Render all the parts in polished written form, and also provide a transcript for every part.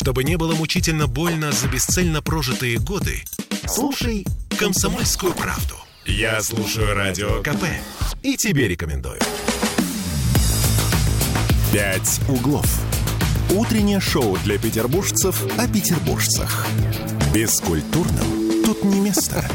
Чтобы не было мучительно больно за бесцельно прожитые годы, слушай «Комсомольскую правду». Я слушаю Радио КП и тебе рекомендую. «Пять углов». Утреннее шоу для петербуржцев о петербуржцах. Бескультурным тут не место.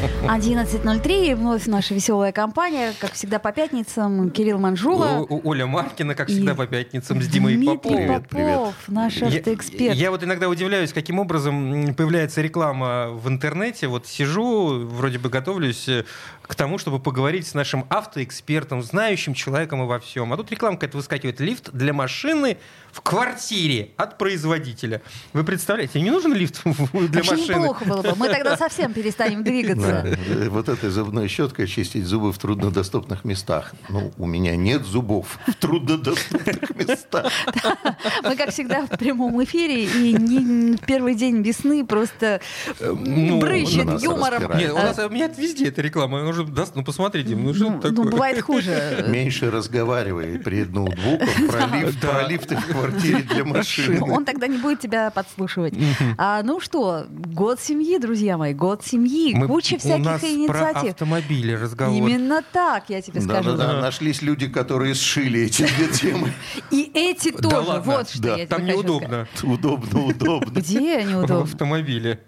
11:03, вновь наша веселая компания, как всегда по пятницам. Кирилл Манжула. Оля Маркина, как всегда по пятницам, с Димой Дмитрий Поповым. Попов, наш автоэксперт. Я вот иногда удивляюсь, каким образом появляется реклама в интернете. Вот сижу, вроде бы готовлюсь к тому, чтобы поговорить с нашим автоэкспертом, знающим человеком обо всем. А тут реклама какая-то выскакивает. Лифт для машины в квартире от производителя. Вы представляете, не нужен лифт для Вообще машины? неплохо было бы. Мы тогда совсем перестанем двигаться. Вот этой зубной щеткой чистить зубы в труднодоступных местах. Ну, у меня нет зубов в труднодоступных местах. Мы, как всегда, в прямом эфире, и не первый день весны просто брызжет юмором. Нет, у меня везде эта реклама. Ну, посмотрите, что это Ну, такое? бывает хуже. Меньше разговаривай перед ноутбуком про лифты в квартире для машины. Он тогда не будет тебя подслушивать. Ну что, год семьи, друзья мои, год семьи. Куча всяких У нас про инициатив. автомобили разговор. Именно так, я тебе скажу. Да-да-да, нашлись люди, которые сшили эти две темы. И эти тоже. ладно. Вот что я тебе Там хочу неудобно. Удобно. сказать. Где В неудобно? автомобиле.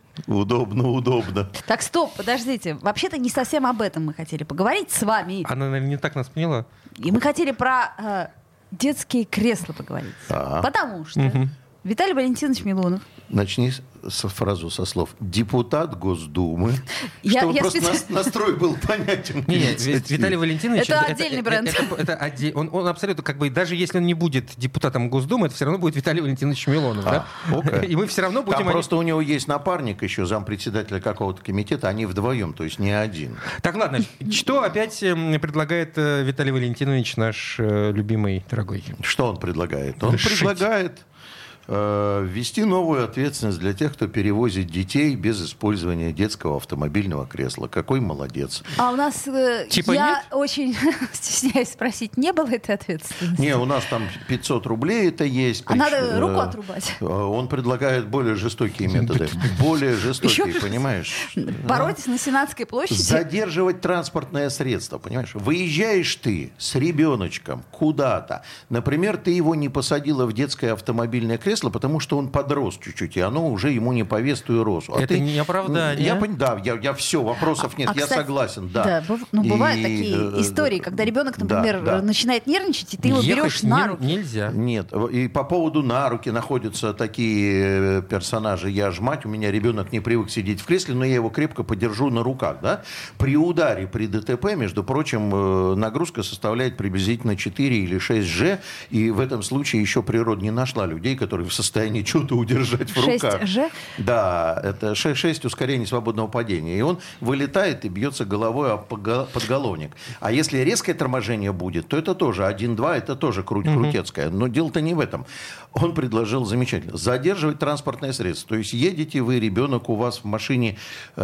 Удобно. Так, стоп, подождите. Вообще-то не совсем об этом мы хотели поговорить с вами. Она, наверное, не так нас поняла. И мы хотели про детские кресла поговорить. Потому что Виталий Валентинович Милонов. Начни фразу со слов «депутат Госдумы», Я чтобы просто специально- настрой был понятен. Нет, Виталий Валентинович... Это отдельный бренд. Он абсолютно, как бы, даже если он не будет депутатом Госдумы, это все равно будет Виталий Валентинович Милонов, да? окей. И мы все равно будем... Там просто у него есть напарник еще, зампредседателя какого-то комитета, они вдвоем, то есть не один. Так, ладно, что опять предлагает Виталий Валентинович, наш любимый, дорогой? Что он предлагает? Он Шить. предлагает ввести новую ответственность для тех, кто перевозит детей без использования детского автомобильного кресла. Какой молодец. А у нас, Типа я нет? очень стесняюсь спросить, не было этой ответственности? Не, у нас там 500 рублей это есть. А надо руку отрубать. Он предлагает более жестокие методы. Более жестокие, Еще понимаешь? Боротесь на Сенатской площади? Задерживать транспортное средство, понимаешь? Выезжаешь ты с ребеночком куда-то. Например, ты его не посадила в детское автомобильное кресло, потому что он подрос чуть-чуть, и оно уже ему не по весту и росу. Это не оправдание. Я все, вопросов нет, я кстати, согласен, да. Бывают И, такие истории, когда ребенок, да, например, да. начинает нервничать, и ты его берешь Ехать на руки. нельзя. Нет, и по поводу на руки находятся такие персонажи. Я ж мать, у меня ребенок не привык сидеть в кресле, но я его крепко подержу на руках. Да? При ударе, при ДТП, между прочим, нагрузка составляет приблизительно 4 или 6 Ж, и в этом случае еще природа не нашла людей, которые в состоянии что-то удержать в руках. 6 Ж? Да, это 6 ускорение свободного падения. И он вылетает и бьется головой об подголовник. А если резкое торможение будет, то это тоже 1-2, это тоже крутецкое. Но дело-то не в этом. Он предложил замечательно. Задерживать транспортное средство. То есть едете вы, ребенок у вас в машине,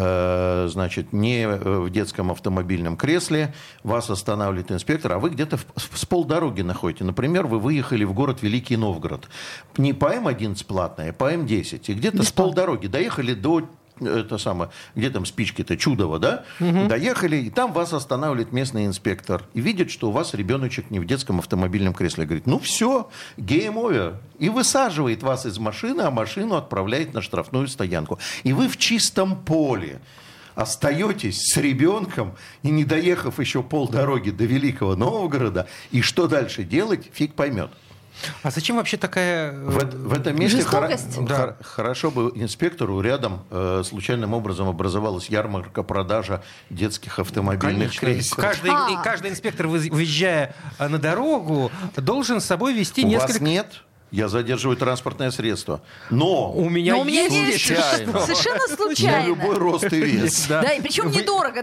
значит, не в детском автомобильном кресле, вас останавливает инспектор, а вы где-то с полдороги находите. Например, вы выехали в город Великий Новгород. Не по М11 платная, а по М10. И где-то с полдороги доехали до где там спички-то, Чудово, да? Доехали, и там вас останавливает местный инспектор. И видит, что у вас ребеночек не в детском автомобильном кресле. Говорит, ну все, game over. И высаживает вас из машины, а машину отправляет на штрафную стоянку. И вы в чистом поле остаетесь с ребенком, и не доехав еще полдороги до Великого Новгорода, и что дальше делать, фиг поймет. А зачем вообще такая... В этом месте жестокость? хорошо бы инспектору рядом случайным образом образовалась ярмарка-продажа детских автомобильных кресел. Каждый инспектор, выезжая на дорогу, должен с собой вести У несколько... вас нет? Я задерживаю транспортное средство. Но У меня есть... случайно. Совершенно На случайно. любой рост и вес. Да, и причем недорого,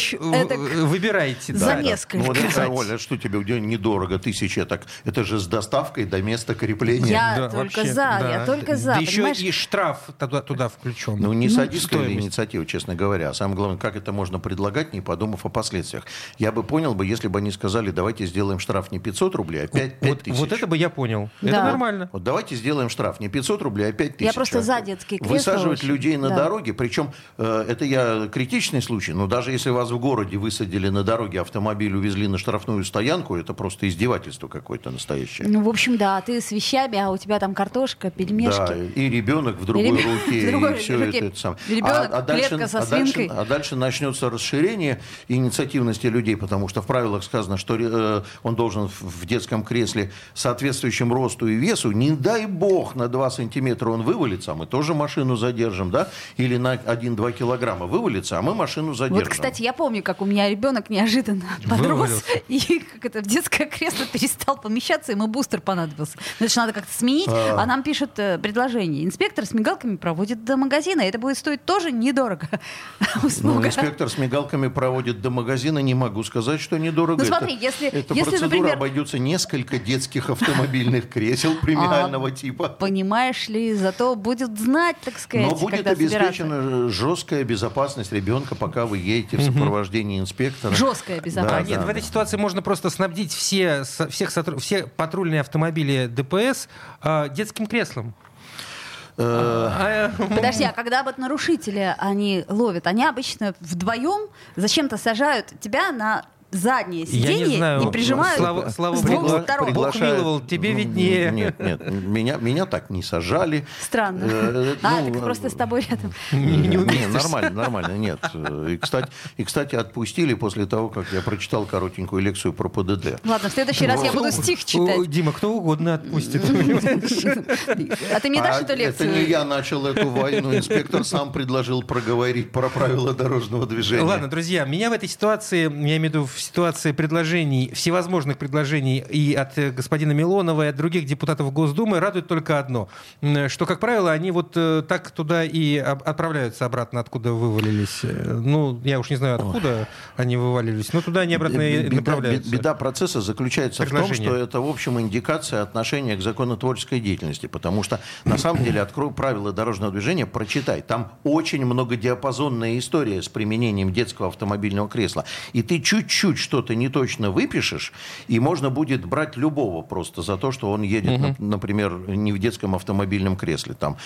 Выбирайте. за да. несколько. Вот это, Оля, что тебе недорого, 1000, так это же с доставкой до места крепления. Я только за, я только за. Да еще понимаешь? и штраф туда включен. Ну, не садистская стоимость. инициатива, честно говоря. А самое главное, как это можно предлагать, не подумав о последствиях. Я бы понял, если бы они сказали, давайте сделаем штраф не 500 рублей, а 5000. Вот это бы я понял. Да. Это нормально. Нормально. Вот давайте сделаем штраф не 500 рублей, а 5000. Я просто за детские кресла. Высаживать очень. людей на дороге, причем это я критичный случай, но даже если вас в городе высадили на дороге, автомобиль увезли на штрафную стоянку, это просто издевательство какое-то настоящее. Ну, в общем, да, ты с вещами, а у тебя там картошка, пельмешки. Да, и ребенок в другой руке, и все это самое. Ребенок, клетка со свинкой. А дальше начнется расширение инициативности людей, потому что в правилах сказано, что он должен в детском кресле соответствующим росту и весу, не дай бог, на 2 сантиметра он вывалится, а мы тоже машину задержим, да, или на 1-2 килограмма вывалится, а мы машину задержим. Вот, кстати, я помню, как у меня ребенок неожиданно подрос, и как это в детское кресло перестал помещаться, ему бустер понадобился. Это же надо как-то сменить, а нам пишут предложение. Инспектор с мигалками проводит до магазина, это будет стоить тоже недорого. Ну, инспектор с мигалками проводит до магазина, не могу сказать, что недорого. Ну смотри, если процедура, например, обойдется несколько детских автомобильных кресел премиального типа. Понимаешь ли, зато будет знать, так сказать, но будет обеспечена жесткая безопасность ребенка, пока вы едете в сопровождении инспектора. Жесткая безопасность. Нет, в этой ситуации можно просто снабдить все патрульные автомобили ДПС детским креслом. Подожди, а когда вот нарушители они ловят, они обычно вдвоем зачем-то сажают тебя на заднее сиденье и прижимают Слава с двух Богу, сторон. Бог миловал, тебе виднее. Нет, меня так не сажали. Странно. Так просто с тобой рядом. Нормально, нет. И, кстати, отпустили после того, как я прочитал коротенькую лекцию про ПДД. Ладно, в следующий раз я буду стих читать. Дима, кто угодно отпустит. А ты мне дашь эту лекцию? Это не я начал эту войну. Инспектор сам предложил проговорить про правила дорожного движения. Ладно, друзья, меня в этой ситуации, я имею в виду в ситуации предложений, всевозможных предложений и от господина Милонова, и от других депутатов Госдумы радует только одно, что, как правило, они вот так туда и отправляются обратно, откуда вывалились. Ну, я уж не знаю, откуда они вывалились, но туда они обратно и направляются. Беда процесса заключается в том, что это, в общем, индикация отношения к законотворческой деятельности, потому что, на самом деле, открой правила дорожного движения, прочитай, там очень многодиапазонная история с применением детского автомобильного кресла, и ты чуть-чуть что-то неточно выпишешь, и можно будет брать любого просто за то, что он едет, например, не в детском автомобильном кресле. Там.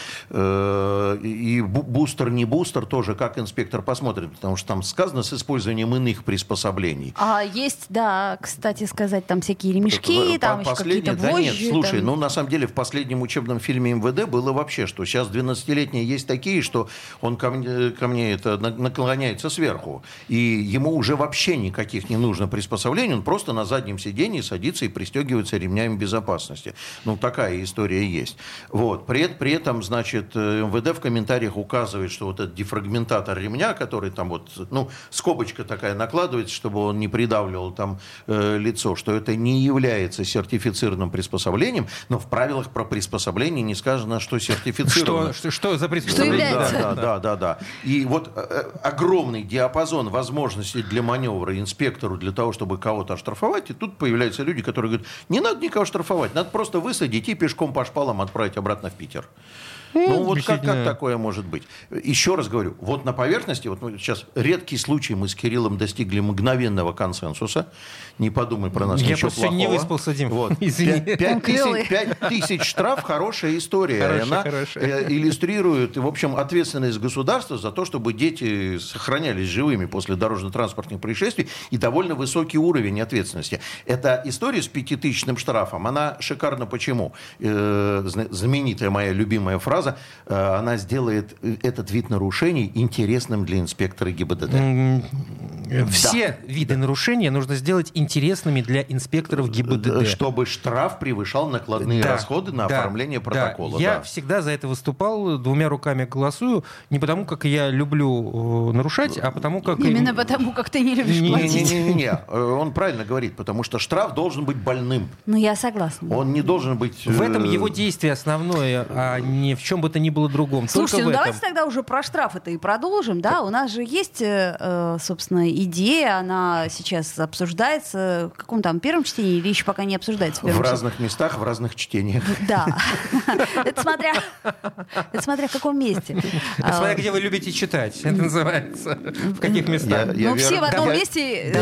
И бустер, не бустер, тоже как инспектор посмотрит, потому что там сказано с использованием иных приспособлений. А есть, да, кстати сказать, там всякие ремешки, там еще какие-то вожжи. Да нет, слушай, ну на самом деле в последнем учебном фильме МВД было вообще, что сейчас 12-летние есть такие, что он ко мне это наклоняется сверху, и ему уже вообще никаких не нужно приспособлений, он просто на заднем сидении садится и пристегивается ремнями безопасности. Ну, такая история есть. Вот. При этом, значит, МВД в комментариях указывает, что вот этот дефрагментатор ремня, который там вот, ну, скобочка такая накладывается, чтобы он не придавливал там лицо, что это не является сертифицированным приспособлением, но в правилах про приспособление не сказано, что сертифицировано. Что за приспособление? Да. И вот огромный диапазон возможностей для маневра инспектору для того, чтобы кого-то оштрафовать, и тут появляются люди, которые говорят, не надо никого штрафовать, надо просто высадить и пешком по шпалам отправить обратно в Питер. Ну вот как такое может быть? Еще раз говорю, вот на поверхности, вот сейчас редкий случай, мы с Кириллом достигли мгновенного консенсуса. Не подумай про нас, ничего плохого. Я просто не выспался, Дим. Вот. 5000 штраф, хорошая история. Она иллюстрирует, в общем, ответственность государства за то, чтобы дети сохранялись живыми после дорожно-транспортных происшествий и довольно высокий уровень ответственности. Эта история с 5000-ным штрафом, она шикарна почему? Знаменитая моя любимая фраза, она сделает этот вид нарушений интересным для инспектора ГИБДД. Все виды нарушения нужно сделать интересными для инспекторов ГИБДД. Чтобы штраф превышал накладные расходы на оформление протокола. Я всегда за это выступал, 2 руками голосую, не потому, как я люблю нарушать, а потому, как... Именно потому, как ты не любишь платить. Не, он правильно говорит, потому что штраф должен быть больным. Ну, я согласна. Он не должен быть... В этом его действие основное, а не в чем бы то ни было другом. Слушайте, ну давайте тогда уже про штрафы-то и продолжим, да? У нас же есть, собственно, идея, она сейчас обсуждается в каком там первом чтении или еще пока не обсуждается? В разных местах, в разных чтениях. Да. Это смотря в каком месте. Это смотря где вы любите читать, это называется. В каких местах. Ну все в одном месте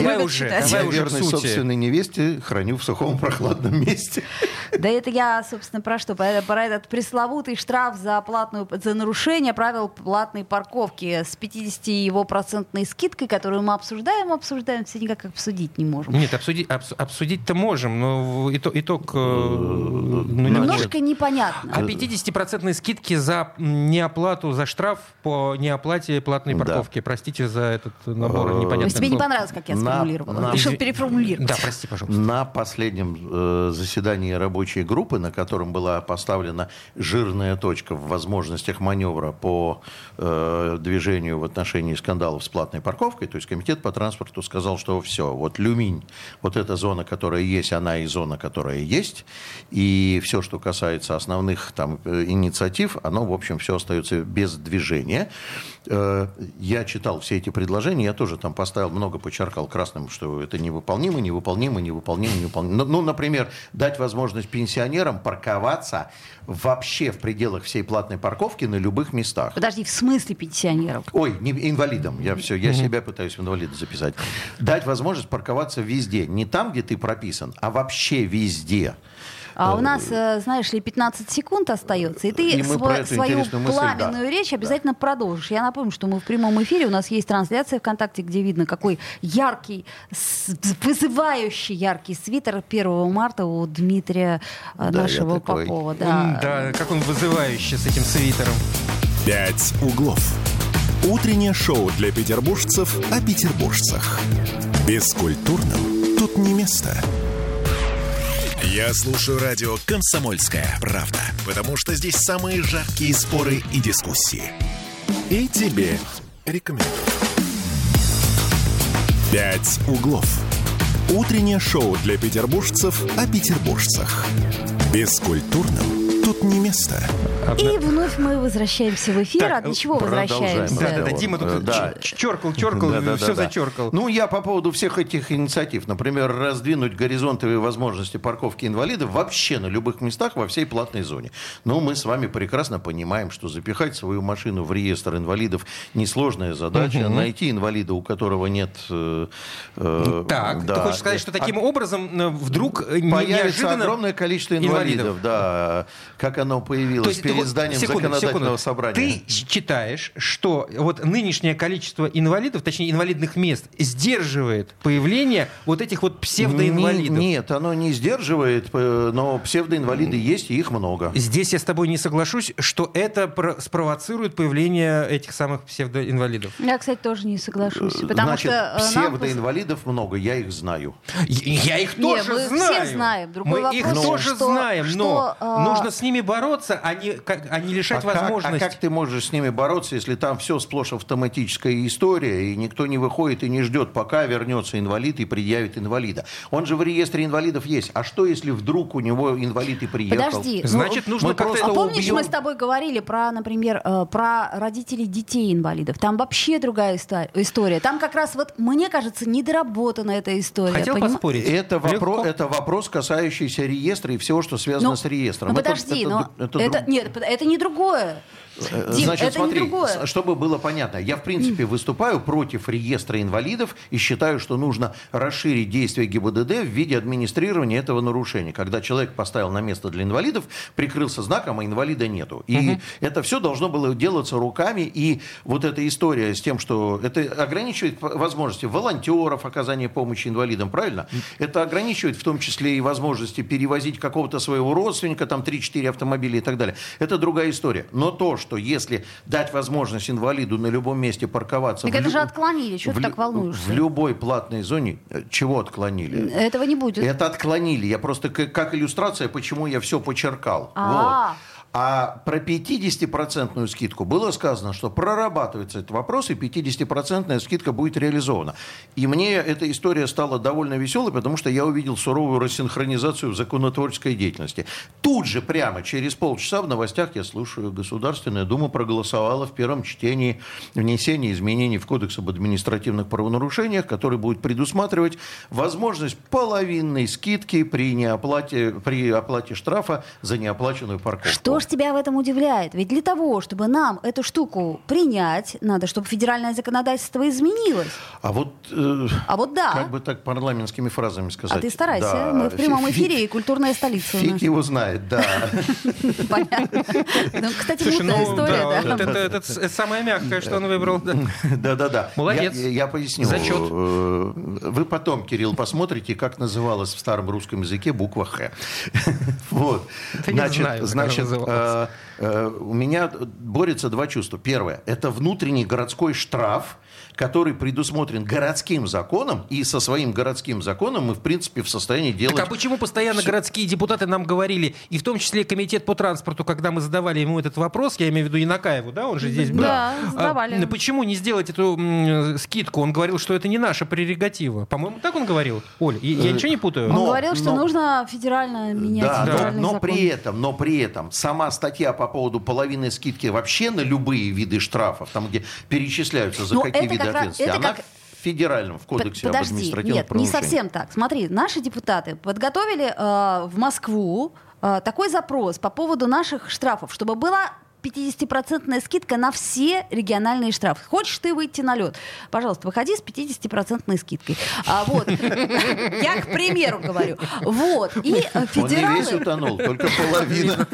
Давай любят уже, читать. давай Я уже к верность сути. собственной невесте храню в сухом прохладном месте. Да это я, собственно, про что? Про этот пресловутый штраф за нарушение правил платной парковки с 50% скидкой, которую мы обсуждаем, все никак обсудить не можем. Нет, обсудить-то можем, но итог Немножко непонятно. О 50% скидки за неоплату, за штраф по неоплате платной парковки. Простите за этот набор То непонятных есть тебе не слов. понравилось, как я сформулировала? Решил переформулировать. Да, прости, пожалуйста. На последнем заседании рабочей группы, на котором была поставлена жирная точка в возможностях маневра по движению в отношении скандалов с платной парковкой, то есть комитет по транспорту сказал, что все, вот люминь, вот эта зона, которая есть, она и зона, которая есть, и все, что касается основных там инициатив, оно, в общем, все остается без движения. Я читал все эти предложения, я тоже там поставил, много подчеркал красным, что это невыполнимо. Ну, например, дать возможность пенсионерам парковаться вообще в пределах всей платной парковки на любых местах. Подожди, в смысле пенсионеров? Ой, не инвалидам, я себя пытаюсь в инвалида записать. Дать возможность парковаться везде, не там, где ты прописан, а вообще везде. А у нас, знаешь ли, 15 секунд остается, и ты свою пламенную речь обязательно продолжишь. Я напомню, что мы в прямом эфире, у нас есть трансляция ВКонтакте, где видно, какой яркий, вызывающий яркий свитер 1 марта у Дмитрия нашего Попова. Да, как он вызывающий с этим свитером. «Пять углов». Утреннее шоу для петербуржцев о петербуржцах. Бескультурным тут не место. Я слушаю радио «Комсомольская правда», потому что здесь самые жаркие споры и дискуссии. И тебе рекомендую. «Пять углов». Утреннее шоу для петербуржцев о петербуржцах. Бескультурным тут не место. И вновь мы возвращаемся в эфир. А для чего возвращаемся? Да, Дима тут черкал, все зачеркал. Ну, я по поводу всех этих инициатив, например, раздвинуть горизонты возможности парковки инвалидов вообще на любых местах во всей платной зоне. Но мы с вами прекрасно понимаем, что запихать свою машину в реестр инвалидов несложная задача. Найти инвалида, у которого нет... Так, ты хочешь сказать, что таким образом вдруг появится неожиданно огромное количество инвалидов, да, как оно появилось перед зданием законодательного собрания. Ты считаешь, что вот нынешнее количество инвалидов, точнее инвалидных мест, сдерживает появление вот этих вот псевдоинвалидов? Нет, оно не сдерживает, но псевдоинвалиды есть, и их много. Здесь я с тобой не соглашусь, что это спровоцирует появление этих самых псевдоинвалидов. Я, кстати, тоже не соглашусь. Потому Значит, что псевдоинвалидов много, я их знаю. Я их тоже мы знаю. все знаем. Другой Мы вопрос, их тоже что, знаем, но что, нужно с ними бороться, а не лишать возможности. Как ты можешь с ними бороться, если там все сплошь автоматическая история, и никто не выходит и не ждет, пока вернется инвалид и предъявит инвалида? Он же в реестре инвалидов есть. А что, если вдруг у него инвалид и приехал? Подожди. Значит, нужно как-то... А помнишь, мы с тобой говорили про, например, про родителей детей-инвалидов? Там вообще другая история. Там как раз, вот, мне кажется, недоработана эта история. Хотел поспорить. Это вопрос, касающийся реестра и всего, что связано с реестром. Подожди, нет, это не другое. Дим, Значит, это смотри, не другое. чтобы было понятно, я в принципе выступаю против реестра инвалидов и считаю, что нужно расширить действие ГИБДД в виде администрирования этого нарушения. Когда человек поставил на место для инвалидов, прикрылся знаком, а инвалида нету. И это все должно было делаться руками. И вот эта история с тем, что это ограничивает возможности волонтеров оказания помощи инвалидам, правильно? Это ограничивает в том числе и возможности перевозить какого-то своего родственника, там 3-4 автомобиля и так далее. Это другая история. Но то, что если дать возможность инвалиду на любом месте парковаться... Так это же отклонили, что ты так волнуешься? В любой платной зоне... Чего отклонили? Этого не будет. Это отклонили. Я просто как иллюстрация, почему я все подчеркал. Вот. А про 50% скидку было сказано, что прорабатывается этот вопрос, и 50% скидка будет реализована. И мне эта история стала довольно веселой, потому что я увидел суровую рассинхронизацию в законотворческой деятельности. Тут же, прямо через полчаса в новостях я слушаю, Государственная Дума проголосовала в первом чтении внесение изменений в Кодекс об административных правонарушениях, который будет предусматривать возможность половинной скидки при оплате штрафа за неоплаченную парковку. Что ж же тебя в этом удивляет? Ведь для того, чтобы нам эту штуку принять, надо, чтобы федеральное законодательство изменилось. А вот да. как бы так парламентскими фразами сказать. А ты старайся. Да. Мы в прямом эфире, и культурная столица у нас. Фиг его знает, да. Понятно. Кстати, мутная история, да. Это самое мягкое, что он выбрал. Да. Молодец. Я поясню. Зачет. Вы потом, Кирилл, посмотрите, как называлась в старом русском языке буква «Х». Вот. Значит, у меня борются два чувства. Первое – это внутренний городской штраф, который предусмотрен городским законом, и со своим городским законом мы, в принципе, в состоянии делать... Так а почему постоянно городские депутаты нам говорили, и в том числе комитет по транспорту, когда мы задавали ему этот вопрос, я имею в виду Инакаеву, да, он же здесь был? Да, задавали. Почему не сделать эту скидку? Он говорил, что это не наша прерогатива. По-моему, так он говорил. Оль, я ничего не путаю? Он говорил, что нужно федерально менять федеральный закон. Но при этом сама статья по поводу половины скидки вообще на любые виды штрафов, там, где перечисляются за какие виды ответственности, она в федеральном, в кодексе об административном правонарушении. Нет, не совсем так. Смотри, наши депутаты подготовили в Москву такой запрос по поводу наших штрафов, чтобы была 50% скидка на все региональные штрафы. Хочешь ты выйти на лед? Пожалуйста, выходи с 50% скидкой. Вот. Я, к примеру, говорю. Вот. И федералы... Он не весь утонул, только половина.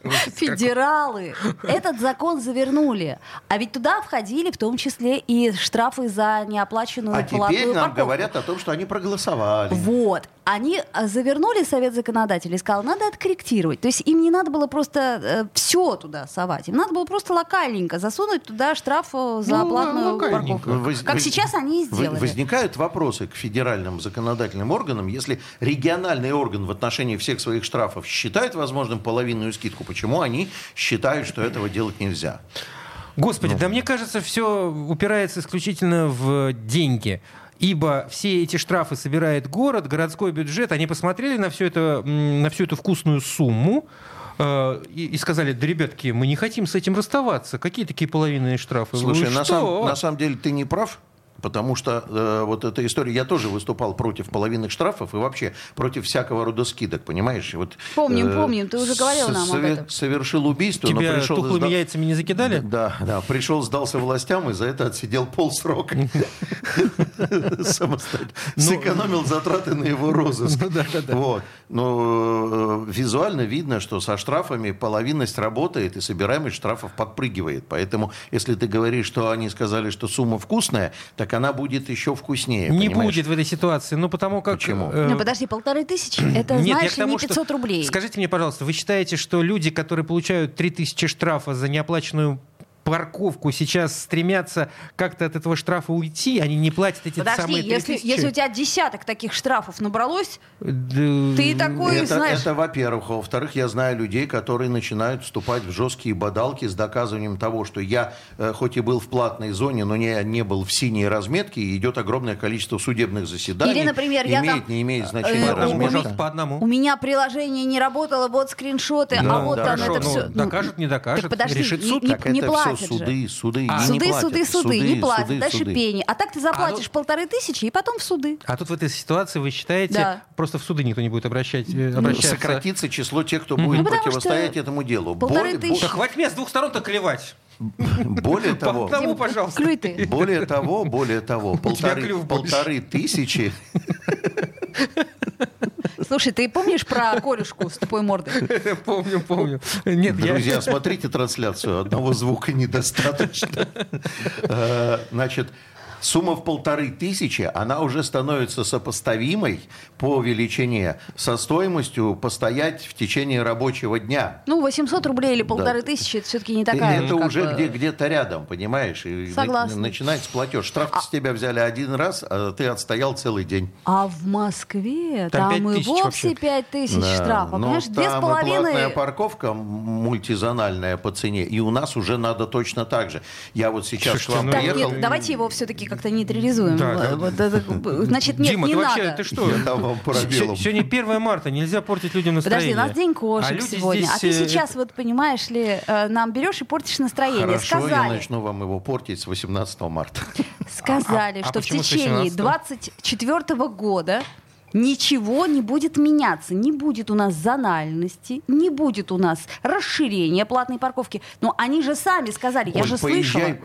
Федералы этот закон завернули. А ведь туда входили в том числе и штрафы за неоплаченную платную парковку. А теперь нам говорят о том, что они проголосовали. Вот. Они завернули Совет законодателей и сказал, надо откорректировать. То есть им не надо было просто все туда совать. Им надо было просто локальненько засунуть туда штраф за платную парковку. Как сейчас они и сделали. Возникают вопросы к федеральным законодательным органам, если региональный орган в отношении всех своих штрафов считает возможным половинную скидку, почему они считают, что этого делать нельзя? Господи, да мне кажется, все упирается исключительно в деньги. Ибо все эти штрафы собирает город, городской бюджет. Они посмотрели на всю эту вкусную сумму и сказали, да, ребятки, мы не хотим с этим расставаться. Какие такие половинные штрафы? Слушай, на самом деле ты не прав. Потому что вот эта история, я тоже выступал против половинных штрафов и вообще против всякого рода скидок, понимаешь? Вот, помним, ты уже говорил нам об этом. Совершил убийство, Тебя но пришел... тухлыми яйцами не закидали? Да, пришел, сдался властям и за это отсидел полсрока. Самостоятельно. Сэкономил затраты на его розыск. Вот. Но визуально видно, что со штрафами половинность работает и собираемость штрафов подпрыгивает. Поэтому, если ты говоришь, что они сказали, что сумма вкусная, так она будет еще вкуснее. Не понимаешь? будет в этой ситуации. Ну, потому как... Почему? Ну, подожди, 1500, это, Нет, знаешь, не 500 рублей. Скажите мне, пожалуйста, вы считаете, что люди, которые получают 3000 штрафа за неоплаченную парковку, сейчас стремятся как-то от этого штрафа уйти, они не платят эти самые 3000? Если у тебя десяток таких штрафов набралось, ты такой, знаешь... Это, во-первых. А во-вторых, я знаю людей, которые начинают вступать в жесткие бодалки с доказыванием того, что я, хоть и был в платной зоне, но не был в синей разметке, и идет огромное количество судебных заседаний. Или, например, не имеет значения разметка. По одному. У меня приложение не работало, вот скриншоты, а вот там хорошо, это все... Докажет, не докажет, подожди, решит суд. не платят же. Суды, не платят, дальше суды. пени. А так ты заплатишь 1500 и потом в суды. А тут в этой ситуации вы считаете, Да. просто в суды никто не будет обращаться? Сократится число тех, кто будет противостоять этому делу. 1500. Да хватит меня с двух сторон-то клевать. Более того, По одному, пожалуйста. Клюй ты. более того, 1500. Слушай, ты помнишь про корюшку с тупой мордой? Помню. Нет, Друзья, смотрите трансляцию, одного звука недостаточно. Значит, сумма в 1500, она уже становится сопоставимой по величине со стоимостью постоять в течение рабочего дня. 800 рублей или 1500, это все-таки не такая... Это уже где-то рядом, понимаешь? И Согласна. начинается платеж. Штраф с тебя взяли один раз, а ты отстоял целый день. А в Москве там там и 5000 вовсе вообще. 5000 штрафов. Понимаешь, там и платная 2,5... парковка мультизональная по цене, и у нас уже надо точно так же. Я вот сейчас к вам Так, приехал... нет, давайте его все-таки как-то нейтрализуем. Да. Значит, нет, Дима, не ты надо. вообще, ты что? Я дам вам парабеллум. Сегодня 1 марта, нельзя портить людям настроение. Подожди, у нас день кошек люди сегодня. здесь, А ты сейчас, вот понимаешь ли, нам берешь и портишь настроение. Хорошо, я Сказали, начну вам его портить с 18 марта. сказали, А что в почему с течение 18-го? 24 года Ничего не будет меняться. Не будет у нас зональности, не будет у нас расширения платной парковки. Но они же сами сказали, я же слышала.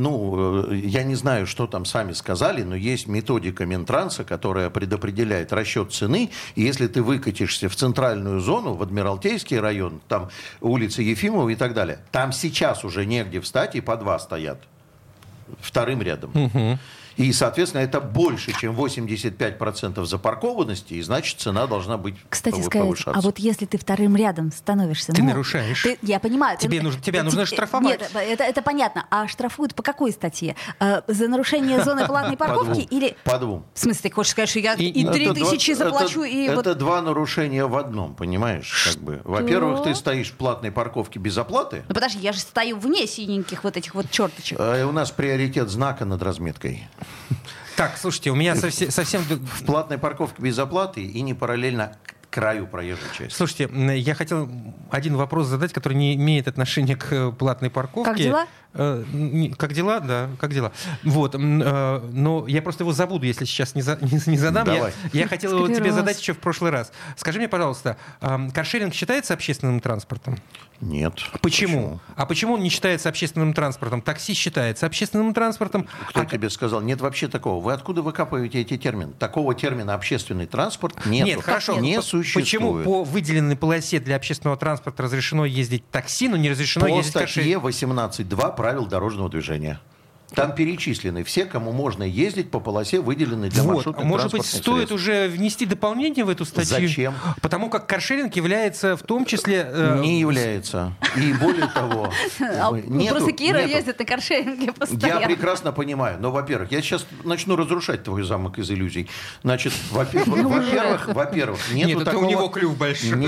Я не знаю, что там сами сказали, но есть методика Минтранса, которая предопределяет расчет цены. И если ты выкатишься в центральную зону, в Адмиралтейский район, там улица Ефимова и так далее, там сейчас уже негде встать, и по 2 стоят вторым рядом. Угу. И, соответственно, это больше, чем 85% запаркованности, и, значит, цена должна быть повышаться. Кстати сказать, а вот если ты вторым рядом становишься... Ты нарушаешь. Я понимаю. Тебя нужно штрафовать. Нет, это понятно. А штрафуют по какой статье? За нарушение зоны платной парковки или... По 2. В смысле, ты хочешь сказать, что я и 3000 заплачу, и... Это 2 нарушения в одном, понимаешь? Как бы. Во-первых, ты стоишь в платной парковке без оплаты. Ну подожди, я же стою вне синеньких вот этих вот черточек. У нас приоритет знака над разметкой. Так, слушайте, у меня совсем... В платной парковке без оплаты и не параллельно к краю проезжей части. Слушайте, я хотел один вопрос задать, который не имеет отношения к платной парковке. Как дела? Как дела, да, как дела. Вот, но я просто его забуду, если сейчас не задам. Я хотел его тебе задать еще в прошлый раз. Скажи мне, пожалуйста, каршеринг считается общественным транспортом? Нет. Почему? А почему он не считается общественным транспортом? Такси считается общественным транспортом. Кто тебе сказал? Нет вообще такого. Вы откуда выкапываете эти термины? Такого термина общественный транспорт нет. Нет, хорошо. Не существует. Почему по выделенной полосе для общественного транспорта разрешено ездить такси, но не разрешено ездить каршеринг? По статье 18.2 правил дорожного движения. Там перечислены все, кому можно ездить по полосе, выделенной для маршрутных может быть, транспортных стоит средств. уже внести дополнение в эту статью? Зачем? Потому как каршеринг является в том числе... Не является. И более того... Просто Кира ездит на каршеринге постоянно. Я прекрасно понимаю. Но, во-первых, я сейчас начну разрушать твой замок из иллюзий. Значит, во-первых, нету такого... Нет, у него клюв большой.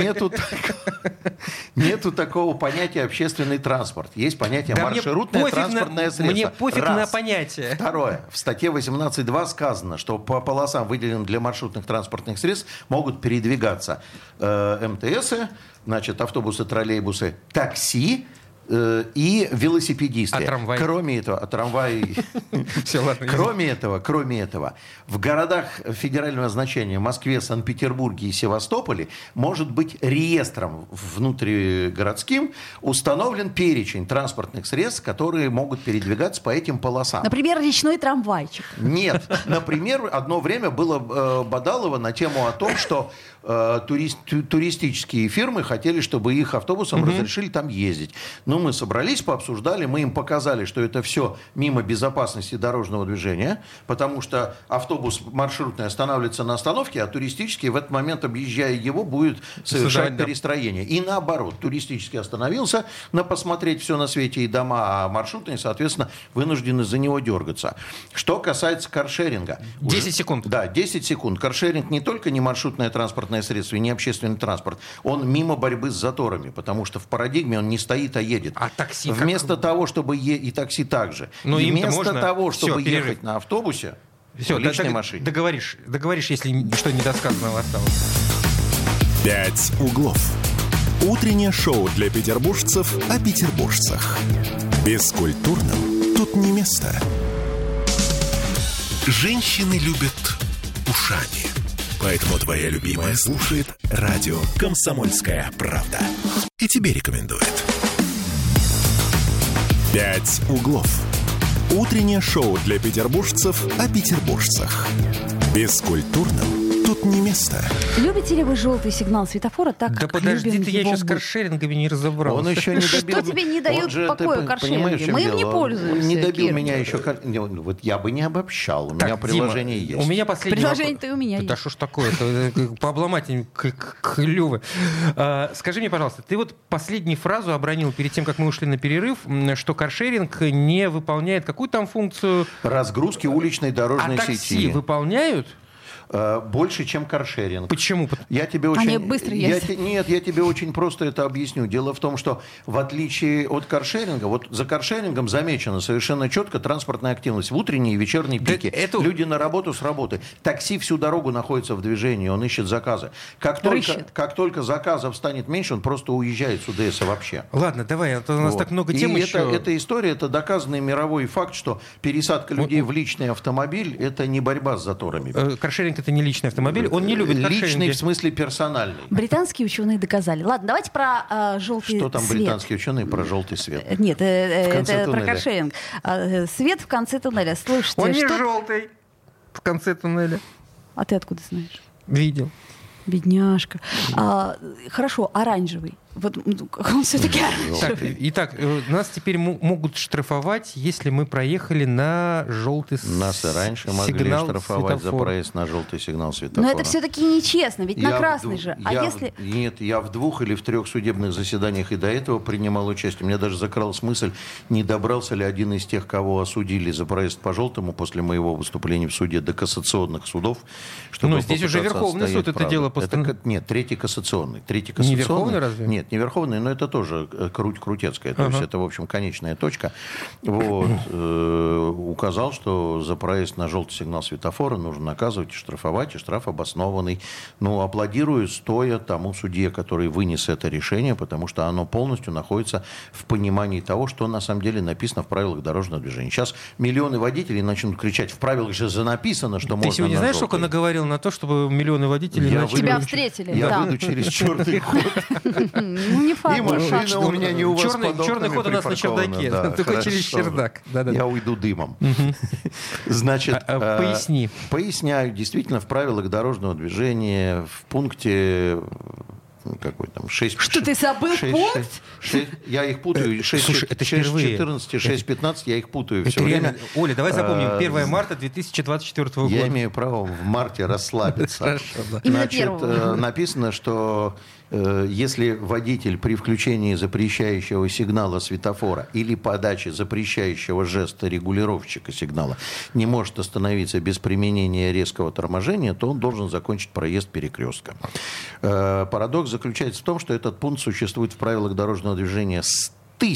Нету такого понятия общественный транспорт. Есть понятие маршрутное транспортное средство. Мне пофиг на понятие. Второе. В статье 18.2 сказано, что по полосам, выделенным для маршрутных транспортных средств, могут передвигаться МТСы, значит, автобусы, троллейбусы, такси и велосипедисты. А трамвай? Кроме этого, кроме этого, в городах федерального значения Москве, Санкт-Петербурге и Севастополе может быть реестром внутригородским установлен перечень транспортных средств, которые могут передвигаться по этим полосам. Например, речной трамвайчик. Нет. Например, одно время было Бадалово на тему о том, что туристические фирмы хотели, чтобы их автобусам разрешили там ездить. Но мы собрались, пообсуждали, мы им показали, что это все мимо безопасности дорожного движения, потому что автобус маршрутный останавливается на остановке, а туристический в этот момент, объезжая его, будет совершать перестроение. И наоборот, туристический остановился на посмотреть все на свете и дома, а маршрутный, соответственно, вынуждены за него дергаться. Что касается каршеринга. 10 секунд. Да, 10 секунд. Каршеринг не только не маршрутное транспортное средство и не общественный транспорт, он мимо борьбы с заторами, потому что в парадигме он не стоит, а едет. А такси вместо того, чтобы и такси также. Но и вместо того, чтобы ехать на автобусе, в личной машине. Договоришь, если что недосказанного осталось. 5 углов. Утреннее шоу для петербуржцев о петербуржцах. Бескультурным тут не место. Женщины любят ушами. Поэтому твоя любимая слушает радио «Комсомольская правда». И тебе рекомендует. 5 углов. Утреннее шоу для петербуржцев о петербуржцах. Бескультурным тут не место. Любите ли вы желтый сигнал светофора так, да как подожди, любим ты, я его еще с каршерингами не разобрался. Он еще не добил... Что тебе не дает покоя каршеринги? Мы им не пользуемся. Не добил меня еще... Вот я бы не обобщал. У меня приложение есть. У меня последнее... Приложение-то и у меня есть. Да что ж такое? Пообломать им клювы. Скажи мне, пожалуйста, ты вот последнюю фразу обронил перед тем, как мы ушли на перерыв, что каршеринг не выполняет какую там функцию... Разгрузки уличной дорожной сети. А такси выполняют? Больше, чем каршеринг. Почему? Я тебе очень... Они быстро ездят. Нет, я тебе очень просто это объясню. Дело в том, что в отличие от каршеринга, вот за каршерингом замечена совершенно четко транспортная активность в утренние и вечерние пики. Люди на работу с работы. Такси всю дорогу находится в движении, он ищет заказы. Как только заказов станет меньше, он просто уезжает с УДС вообще. Ладно, давай, а то у нас так много тем и еще. Эта история, это доказанный мировой факт, что пересадка людей в личный автомобиль, это не борьба с заторами. Каршеринг каршеринг — это не личный автомобиль, он не любит каршеринги. Личный в смысле персональный. Британские ученые доказали. Ладно, давайте про желтый свет. Что там британские ученые про желтый свет? Нет, это про каршеринг. Свет в конце туннеля. Слушайте, Он не желтый в конце туннеля. А ты откуда знаешь? Видел. Бедняжка. Хорошо, оранжевый. Вот он все-таки оранжевый. Итак, нас теперь могут штрафовать, если мы проехали на желтый сигнал. Нас и раньше могли штрафовать за проезд на желтый сигнал светофора. Но это все-таки нечестно, ведь на красный же. Нет, я в 2 или в 3 судебных заседаниях и до этого принимал участие. У меня даже закралась мысль, не добрался ли один из тех, кого осудили за проезд по желтому после моего выступления в суде до кассационных судов. Но здесь уже Верховный суд это дело постановил. Нет, Третий кассационный. Не Верховный разве? Нет, не Верховный, но это тоже крутецкая. То есть это, в общем, конечная точка. Вот. Указал, что за проезд на желтый сигнал светофора нужно наказывать и штрафовать, и штраф обоснованный. Ну, аплодирую стоя тому судье, который вынес это решение, потому что оно полностью находится в понимании того, что на самом деле написано в правилах дорожного движения. Сейчас миллионы водителей начнут кричать, в правилах же занаписано, что можно. Ты сегодня знаешь, сколько наговорил на то, чтобы миллионы водителей тебя встретили? Я выйду через черный ход. Ну, не факт. И машина у меня не у вас под окнами черный ход у нас на чердаке, только через чердак. Я уйду дымом. Значит, поясни. Поясняю. Действительно, в правилах дорожного движения в пункте... Какой там? 6, что, ты забыл пункт? Я их путаю. 6.14, 6.15, я их путаю все время. Оля, давай запомним. 1 марта 2024 года. Я имею право в марте расслабиться. Значит, написано, что если водитель при включении запрещающего сигнала светофора или подаче запрещающего жеста регулировщика сигнала не может остановиться без применения резкого торможения, то он должен закончить проезд перекрестка. Парадокс заключается в том, что этот пункт существует в правилах дорожного движения с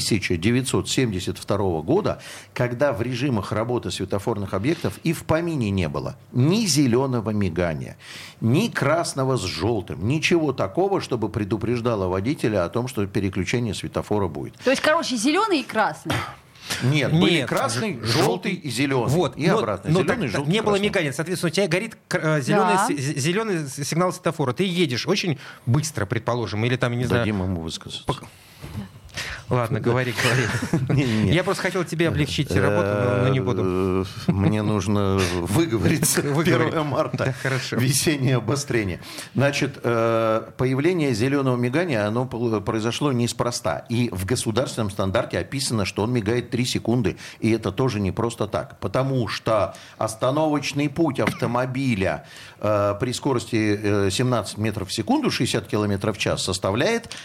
1972 года, когда в режимах работы светофорных объектов и в помине не было ни зеленого мигания, ни красного с желтым, ничего такого, чтобы предупреждало водителя о том, что переключение светофора будет. То есть, короче, зеленый и красный. Нет, были красный, желтый и зеленый. Вот, и обратно. Зеленый, желтый, не было красный. мигания. Соответственно, у тебя горит зеленый сигнал светофора. Ты едешь очень быстро, предположим, или там, не знаю... Дадим ему высказаться. Ладно, говори. Я просто хотел тебе облегчить работу, но не буду. Мне нужно выговориться. 1 марта. Хорошо. Весеннее обострение. Значит, появление зеленого мигания, оно произошло неспроста. И в государственном стандарте описано, что он мигает 3 секунды. И это тоже не просто так. Потому что остановочный путь автомобиля при скорости 17 метров в секунду, 60 километров в час, составляет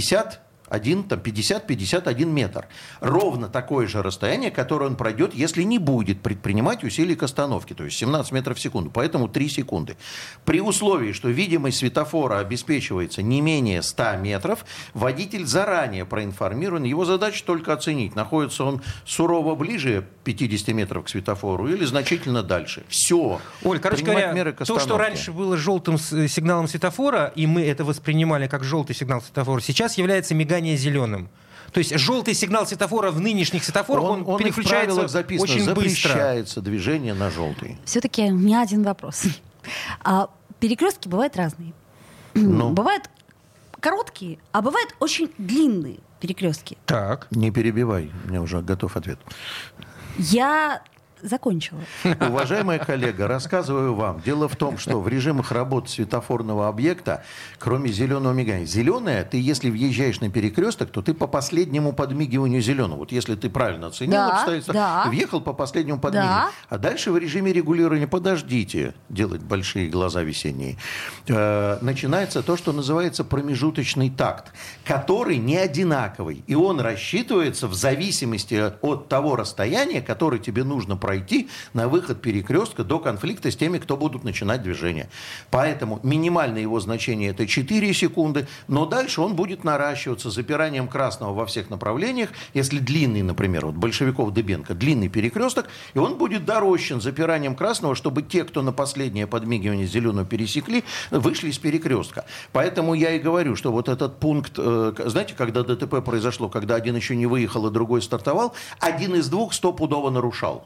50-51 метр. Ровно такое же расстояние, которое он пройдет, если не будет предпринимать усилий к остановке. То есть 17 метров в секунду. Поэтому 3 секунды. При условии, что видимость светофора обеспечивается не менее 100 метров, водитель заранее проинформирован. Его задача только оценить, находится он сурово ближе 50 метров к светофору или значительно дальше. Все. Оль, короче говоря, то, что раньше было желтым сигналом светофора, и мы это воспринимали как желтый сигнал светофора, сейчас является мигание зеленым. То есть желтый сигнал светофора в нынешних светофорах, он переключается записано, очень быстро. Запрещается движение на желтый. Все-таки у меня один вопрос. Перекрестки бывают разные. Бывают короткие, а бывают очень длинные перекрестки. Так. Не перебивай, у меня уже готов ответ. Я закончила. Уважаемая коллега, рассказываю вам. Дело в том, что в режимах работы светофорного объекта, кроме зеленого мигания, зеленое, ты если въезжаешь на перекресток, то ты по последнему подмигиванию зеленого. Вот если ты правильно оценил обстоятельства, ты въехал по последнему подмигиванию. А дальше в режиме регулирования, подождите, делать большие глаза весенние, начинается то, что называется промежуточный такт, который не одинаковый. И он рассчитывается в зависимости от того расстояния, которое тебе нужно пройти на выход перекрестка до конфликта с теми, кто будут начинать движение. Поэтому минимальное его значение это 4 секунды, но дальше он будет наращиваться запиранием красного во всех направлениях. Если длинный, например, вот Большевиков-Дыбенко, длинный перекресток, и он будет дорощен запиранием красного, чтобы те, кто на последнее подмигивание зеленого пересекли, вышли из перекрестка. Поэтому я и говорю, что вот этот пункт, знаете, когда ДТП произошло, когда один еще не выехал, а другой стартовал, один из двух стопудово нарушал.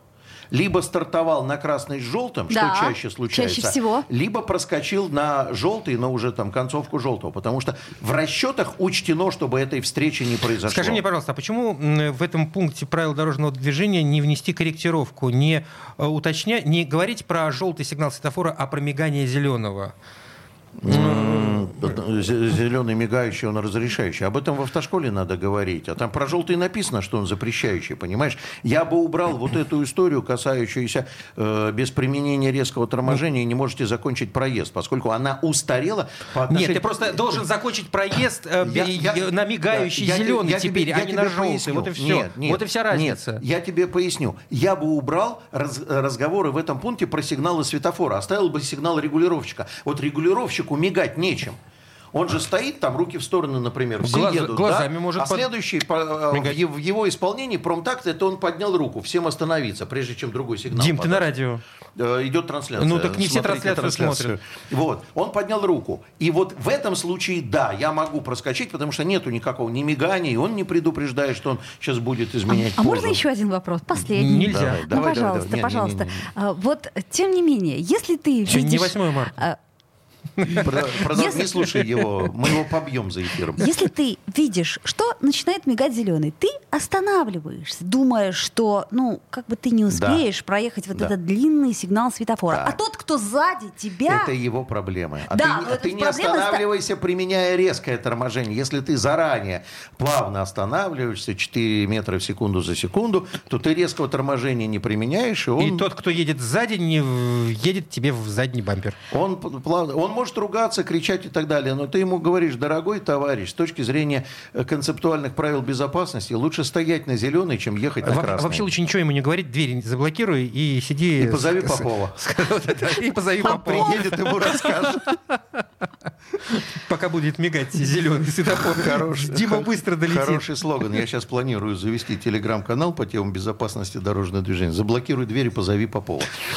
либо стартовал на красный с желтым, Да, что чаще случается, чаще всего. либо проскочил на желтый, но уже там концовку желтого. Потому что в расчетах учтено, чтобы этой встречи не произошло. Скажи мне, пожалуйста, а почему в этом пункте правил дорожного движения не внести корректировку, не говорить про желтый сигнал светофора, а про мигание зеленого? Зеленый мигающий, он разрешающий. Об этом в автошколе надо говорить. А там про желтый написано, что он запрещающий, понимаешь? Я бы убрал вот эту историю, касающуюся без применения резкого торможения, не можете закончить проезд, поскольку она устарела по отношению... Нет, ты просто должен закончить проезд на мигающий зеленый теперь, а не на желтый. Вот и все. Вот и вся разница. Нет, я тебе поясню. Я бы убрал разговоры в этом пункте про сигналы светофора. Оставил бы сигнал регулировщика. Вот регулировщику мигать нечем. Он же стоит там, руки в стороны, например, все едут, глазами да? может Следующий в его исполнении промтакт, это он поднял руку, всем остановиться, прежде чем другой сигнал. Дим, ты на радио. Идет трансляция. Ну так не все трансляцию смотрят. Вот, он поднял руку. И вот в этом случае, да, я могу проскочить, потому что нету никакого ни мигания, и он не предупреждает, что он сейчас будет изменять позу. Можно еще один вопрос? Последний. Нельзя. Давай. Пожалуйста. Вот, тем не менее, если ты Еще видишь... не 8 марта. Не слушай его, мы его побьем за эфиром. Если ты видишь, что начинает мигать зеленый, ты останавливаешься, думая, что, как бы ты не успеешь проехать вот этот длинный сигнал светофора. Да. А тот, кто сзади тебя... Это его проблемы. Ты не проблема останавливайся, применяя резкое торможение. Если ты заранее плавно останавливаешься 4 метра в секунду за секунду, то ты резкого торможения не применяешь. И тот, кто едет сзади, не едет тебе в задний бампер. Он может ругаться, кричать и так далее, но ты ему говоришь: дорогой товарищ, с точки зрения концептуальных правил безопасности, лучше стоять на зеленый, чем ехать на красный. Вообще лучше ничего ему не говорить, дверь заблокируй и сиди... И позови Попова. И позови Попова. Приедет, ему расскажет. Пока будет мигать зеленый светофор. Дима быстро долетит. Хороший слоган. Я сейчас планирую завести телеграм-канал по темам безопасности дорожного движения. Заблокируй дверь и позови Попова.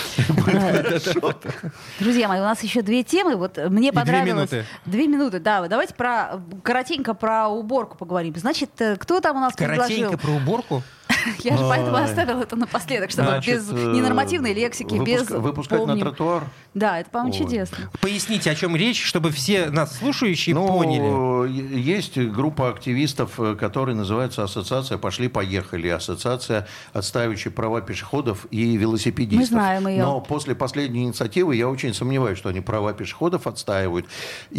Друзья мои, у нас еще 2 темы. Вот мне понравилось. 2 минуты. Да. Давайте коротенько про уборку поговорим. Значит, кто там у нас предложил? Коротенько про уборку? Я же поэтому оставила это напоследок, чтобы без ненормативной лексики, без выпускать на тротуар? Да, это, по-моему, чудесно. Поясните, о чем речь, чтобы все нас слушающие поняли. Есть группа активистов, которая называется «Ассоциация «Пошли-поехали», ассоциация, отстаивающая права пешеходов и велосипедистов. Мы знаем ее. Но после последней инициативы я очень сомневаюсь, что они права пешеходов отстаивают.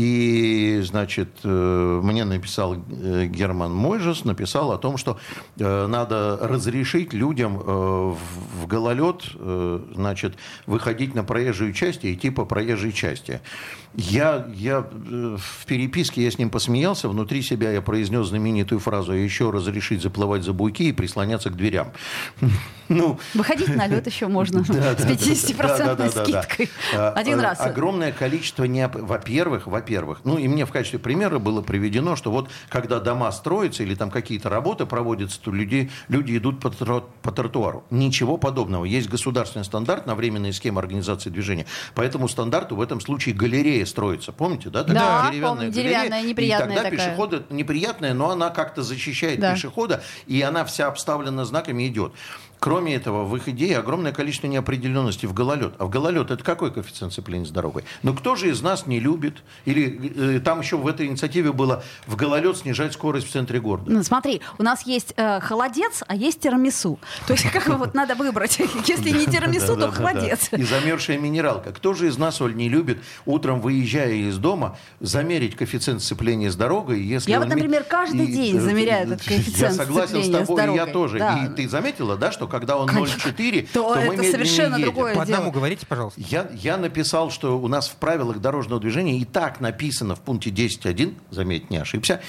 И, значит, мне написал Герман Мойжес, написал о том, что надо разрешить людям в гололед, значит, выходить на проезжую часть и идти по проезжей части. Я в переписке я с ним посмеялся, внутри себя я произнес знаменитую фразу: еще разрешить заплывать за буйки и прислоняться к дверям. Выходить на лед еще можно с 50% скидкой. Один раз. Огромное количество, во-первых, и мне в качестве примера было приведено, что вот когда дома строятся или там какие-то работы проводятся, то люди идут по тротуару. Ничего подобного. Есть государственный стандарт на временные схемы организации движения. По этому стандарту в этом случае галерея строится. Помните, да? Да, деревянная неприятная и тогда такая. пешеходы, неприятная, но она как-то защищает пешехода, и она вся обставлена знаками идет. Кроме этого, в их идее огромное количество неопределенности в гололед. А в гололед это какой коэффициент сцепления с дорогой? Ну кто же из нас не любит? Или там еще в этой инициативе было в гололед снижать скорость в центре города. Смотри, у нас есть холодец, а есть тирамису. То есть как бы вот надо выбрать. Если не тирамису, то холодец. И замерзшая минералка. Кто же из нас, Оль, не любит утром, выезжая из дома, замерить коэффициент сцепления с дорогой? Я вот, например, каждый день замеряю этот коэффициент сцепления с дорогой. Я согласен с тобой, и я тоже. И ты заметила, да, что когда он 0,4, то мы это совершенно медленнее другое едем. По дело. одному говорите, пожалуйста. Я написал, что у нас в правилах дорожного движения и так написано в пункте 10.1, заметь, не ошибся,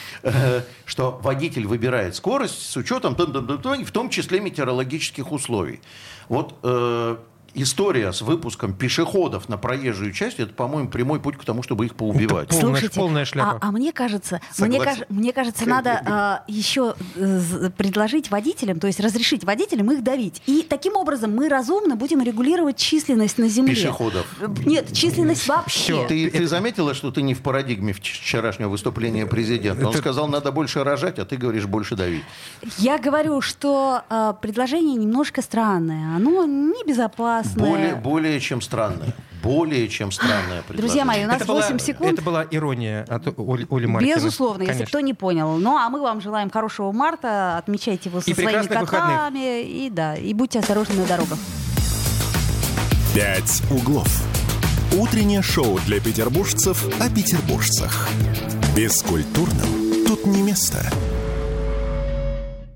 что водитель выбирает скорость с учетом, в том числе метеорологических условий. Вот история с выпуском пешеходов на проезжую часть, это, по-моему, прямой путь к тому, чтобы их поубивать. Слушайте, полная шляпа. А мне кажется, надо еще предложить водителям, то есть разрешить водителям их давить. И таким образом мы разумно будем регулировать численность на земле. Пешеходов. Нет, численность вообще. Ты заметила, что ты не в парадигме вчерашнего выступления президента? Он сказал, надо больше рожать, а ты говоришь, больше давить. Я говорю, что предложение немножко странное. Оно небезопасное. Более чем странное. Более чем странное предложение. Друзья мои, у нас 8 секунд. Это была ирония от Оли Маркиной. Безусловно, Конечно. если кто не понял. Ну, а мы вам желаем хорошего марта. Отмечайте его со своими котами. И будьте осторожны на дорогах. «Пять углов». Утреннее шоу для петербуржцев о петербуржцах. Бескультурным тут не место.